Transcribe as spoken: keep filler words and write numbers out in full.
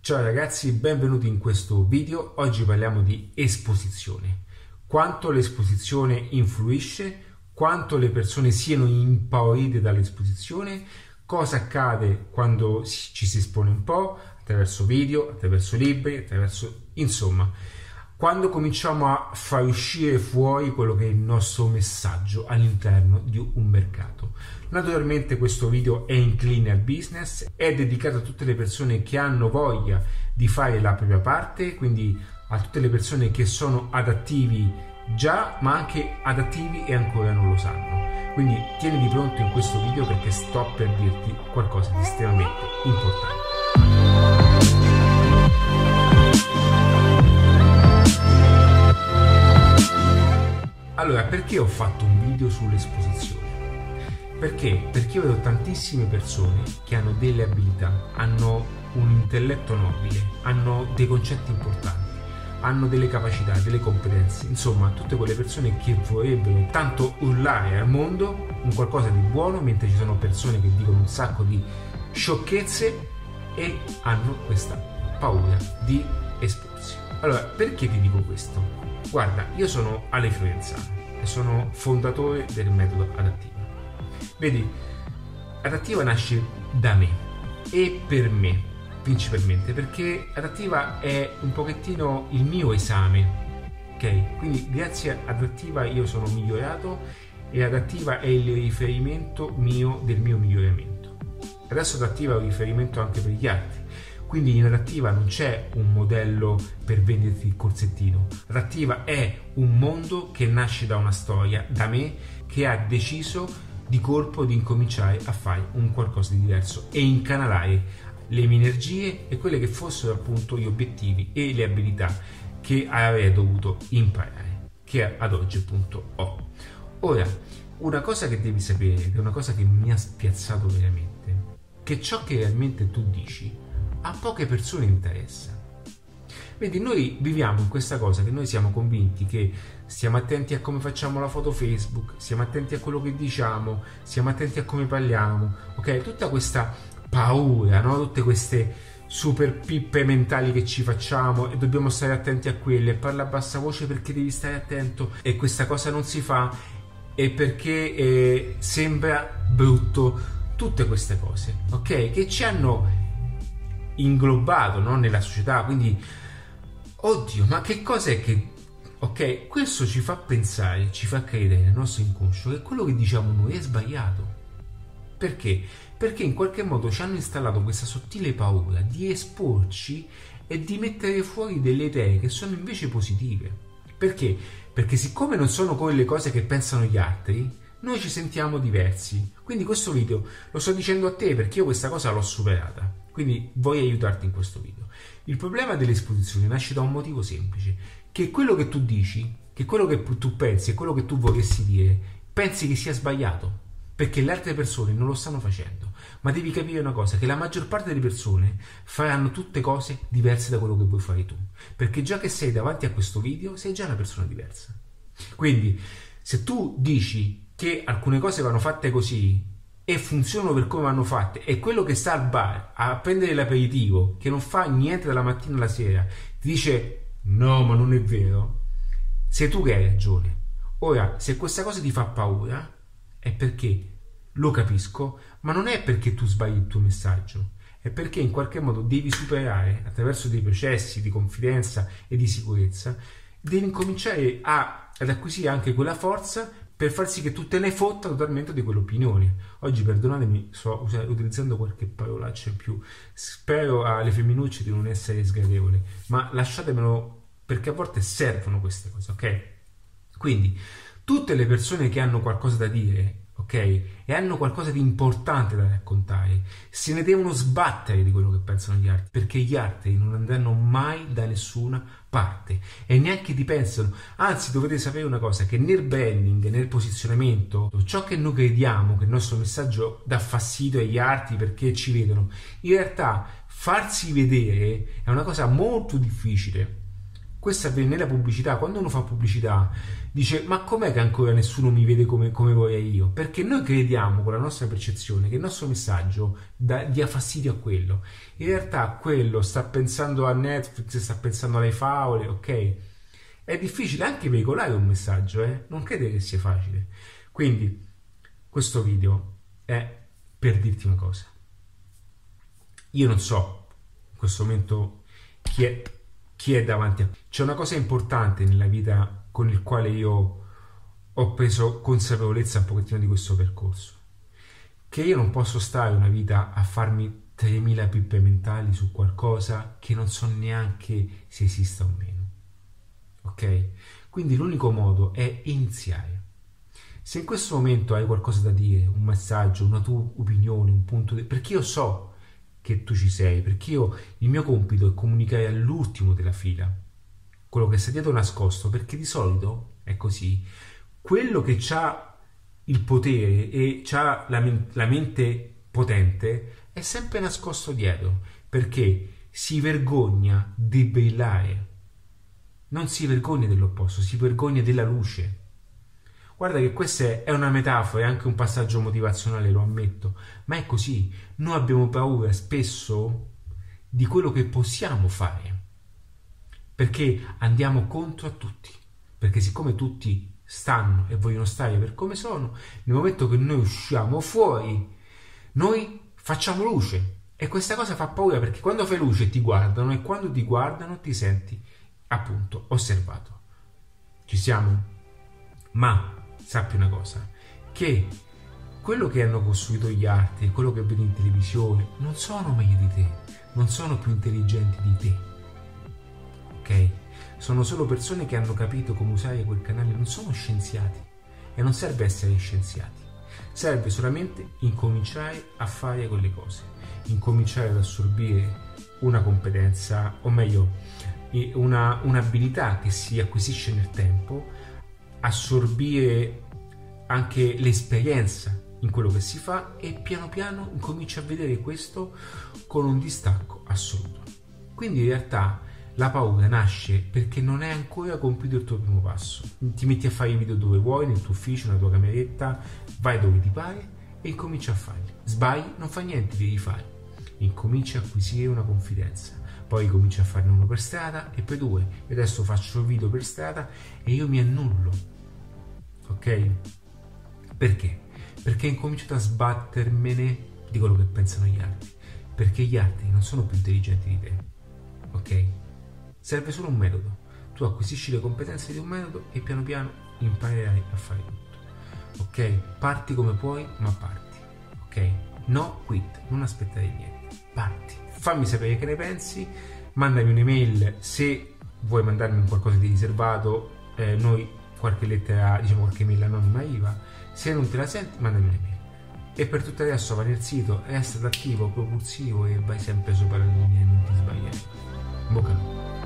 Ciao ragazzi, benvenuti in questo video. Oggi parliamo di esposizione. Quanto l'esposizione influisce, quanto le persone siano impaurite dall'esposizione, cosa accade quando ci si espone un po', attraverso video, attraverso libri, attraverso... insomma, quando cominciamo a far uscire fuori quello che è il nostro messaggio all'interno di un mercato. Naturalmente questo video è incline al business, è dedicato a tutte le persone che hanno voglia di fare la propria parte, quindi a tutte le persone che sono adattivi già, ma anche adattivi e ancora non lo sanno. Quindi tieniti pronto in questo video perché sto per dirti qualcosa di estremamente importante. Allora, perché ho fatto un video sull'esposizione? Perché? Perché io vedo tantissime persone che hanno delle abilità, hanno un intelletto nobile, hanno dei concetti importanti, hanno delle capacità, delle competenze, insomma tutte quelle persone che vorrebbero tanto urlare al mondo un qualcosa di buono, mentre ci sono persone che dicono un sacco di sciocchezze e hanno questa paura di esporsi. Allora, perché ti dico questo? Guarda, io sono Ale Fiorenzano e sono fondatore del metodo Adattiva. Vedi, Adattiva nasce da me e per me, principalmente, perché Adattiva è un pochettino il mio esame, ok? Quindi grazie a Adattiva io sono migliorato e Adattiva è il riferimento mio del mio miglioramento. Adesso Adattiva è un riferimento anche per gli altri. Quindi in Adattiva non c'è un modello per venderti il corsettino. Adattiva è un mondo che nasce da una storia, da me, che ha deciso di colpo di incominciare a fare un qualcosa di diverso e incanalare le mie energie e quelle che fossero appunto gli obiettivi e le abilità che avrei dovuto imparare, che ad oggi appunto ho. Ora, una cosa che devi sapere, ed è una cosa che mi ha spiazzato veramente, che ciò che realmente tu dici a poche persone interessa. Vedi, noi viviamo in questa cosa che noi siamo convinti che stiamo attenti a come facciamo la foto Facebook, stiamo attenti a quello che diciamo, stiamo attenti a come parliamo, ok? Tutta questa paura, no? Tutte queste super pippe mentali che ci facciamo e dobbiamo stare attenti a quelle, parla a bassa voce perché devi stare attento e questa cosa non si fa e perché eh, sembra brutto, tutte queste cose, ok? Che ci hanno inglobato, no? Nella società, quindi oddio, ma che cos'è che... ok, questo ci fa pensare, ci fa credere nel nostro inconscio che quello che diciamo noi è sbagliato. Perché? Perché in qualche modo ci hanno installato questa sottile paura di esporci e di mettere fuori delle idee che sono invece positive. Perché? Perché siccome non sono quelle cose che pensano gli altri, noi ci sentiamo diversi. Quindi questo video lo sto dicendo a te perché io questa cosa l'ho superata. Quindi voglio aiutarti in questo video. Il problema dell'esposizione nasce da un motivo semplice, che quello che tu dici, che quello che tu pensi e quello che tu vorresti dire, pensi che sia sbagliato, perché le altre persone non lo stanno facendo. Ma devi capire una cosa, che la maggior parte delle persone faranno tutte cose diverse da quello che vuoi fare tu, perché già che sei davanti a questo video, sei già una persona diversa. Quindi, se tu dici che alcune cose vanno fatte così, e funzionano per come vanno fatte, e quello che sta al bar a prendere l'aperitivo, che non fa niente dalla mattina alla sera, ti dice no, ma non è vero, sei tu che hai ragione. Ora, se questa cosa ti fa paura è perché lo capisco, ma non è perché tu sbagli il tuo messaggio, è perché in qualche modo devi superare, attraverso dei processi di confidenza e di sicurezza, devi incominciare a, ad acquisire anche quella forza per far sì che tu te ne fotta totalmente di quell'opinione. Oggi, perdonatemi, sto utilizzando qualche parolaccia in più, spero alle femminucce di non essere sgradevole, ma lasciatemelo perché a volte servono queste cose, ok? Quindi, tutte le persone che hanno qualcosa da dire, ok, e hanno qualcosa di importante da raccontare, se ne devono sbattere di quello che pensano gli altri, perché gli altri non andranno mai da nessuna parte e neanche ti pensano. Anzi, dovete sapere una cosa, che nel branding, nel posizionamento, ciò che noi crediamo che il nostro messaggio dà fastidio agli altri perché ci vedono, in realtà farsi vedere è una cosa molto difficile. Questo avviene nella pubblicità. Quando uno fa pubblicità dice: ma com'è che ancora nessuno mi vede come, come vorrei io? Perché noi crediamo con la nostra percezione che il nostro messaggio da, dia fastidio a quello. In realtà quello sta pensando a Netflix, sta pensando alle favole, ok? È difficile anche veicolare un messaggio, eh? Non crede che sia facile. Quindi questo video è per dirti una cosa. Io non so in questo momento chi è, chi è davanti a te. C'è una cosa importante nella vita con il quale io ho preso consapevolezza un pochettino di questo percorso, che io non posso stare una vita a farmi tremila pippe mentali su qualcosa che non so neanche se esista o meno, ok? Quindi l'unico modo è iniziare. Se in questo momento hai qualcosa da dire, un messaggio, una tua opinione, un punto di... perché io so che tu ci sei, perché io il mio compito è comunicare all'ultimo della fila quello che sta dietro nascosto, perché di solito è così. Quello che ha il potere e ha la, men- la mente potente è sempre nascosto dietro, perché si vergogna di brillare, non si vergogna dell'opposto, si vergogna della luce. Guarda che questa è una metafora, è anche un passaggio motivazionale, lo ammetto, ma è così. Noi abbiamo paura spesso di quello che possiamo fare, perché andiamo contro a tutti, perché siccome tutti stanno e vogliono stare per come sono, nel momento che noi usciamo fuori, noi facciamo luce, e questa cosa fa paura, perché quando fai luce ti guardano, e quando ti guardano ti senti appunto osservato. Ci siamo? Ma sappi una cosa, che quello che hanno costruito gli altri, quello che vedi in televisione, non sono meglio di te, non sono più intelligenti di te, ok? Sono solo persone che hanno capito come usare quel canale, non sono scienziati, e non serve essere scienziati, serve solamente incominciare a fare quelle cose, incominciare ad assorbire una competenza, o meglio una, un'abilità che si acquisisce nel tempo, assorbire anche l'esperienza in quello che si fa, e piano piano incominci a vedere questo con un distacco assoluto. Quindi in realtà la paura nasce perché non hai ancora compiuto il tuo primo passo. Ti metti a fare i video dove vuoi, nel tuo ufficio, nella tua cameretta, vai dove ti pare e incominci a farli. Sbagli, non fa niente, devi fare. Incominci a acquisire una confidenza, poi cominci a farne uno per strada e poi due, e adesso faccio video per strada e io mi annullo, ok? Perché? Perché ho incominciato a sbattermene di quello che pensano gli altri, perché gli altri non sono più intelligenti di te, ok? Serve solo un metodo, tu acquisisci le competenze di un metodo e piano piano imparerai a fare tutto, ok? Parti come puoi, ma parti, ok? No quit, non aspettare niente, parti. Fammi sapere che ne pensi, mandami un'email se vuoi mandarmi qualcosa di riservato, eh, noi qualche lettera, diciamo qualche mail anonima I V A, se non te la senti mandami un'email. E per tutto adesso vai nel sito, resta attivo, propulsivo e vai sempre sopra la linea e non ti sbagliare. In bocca al lupo.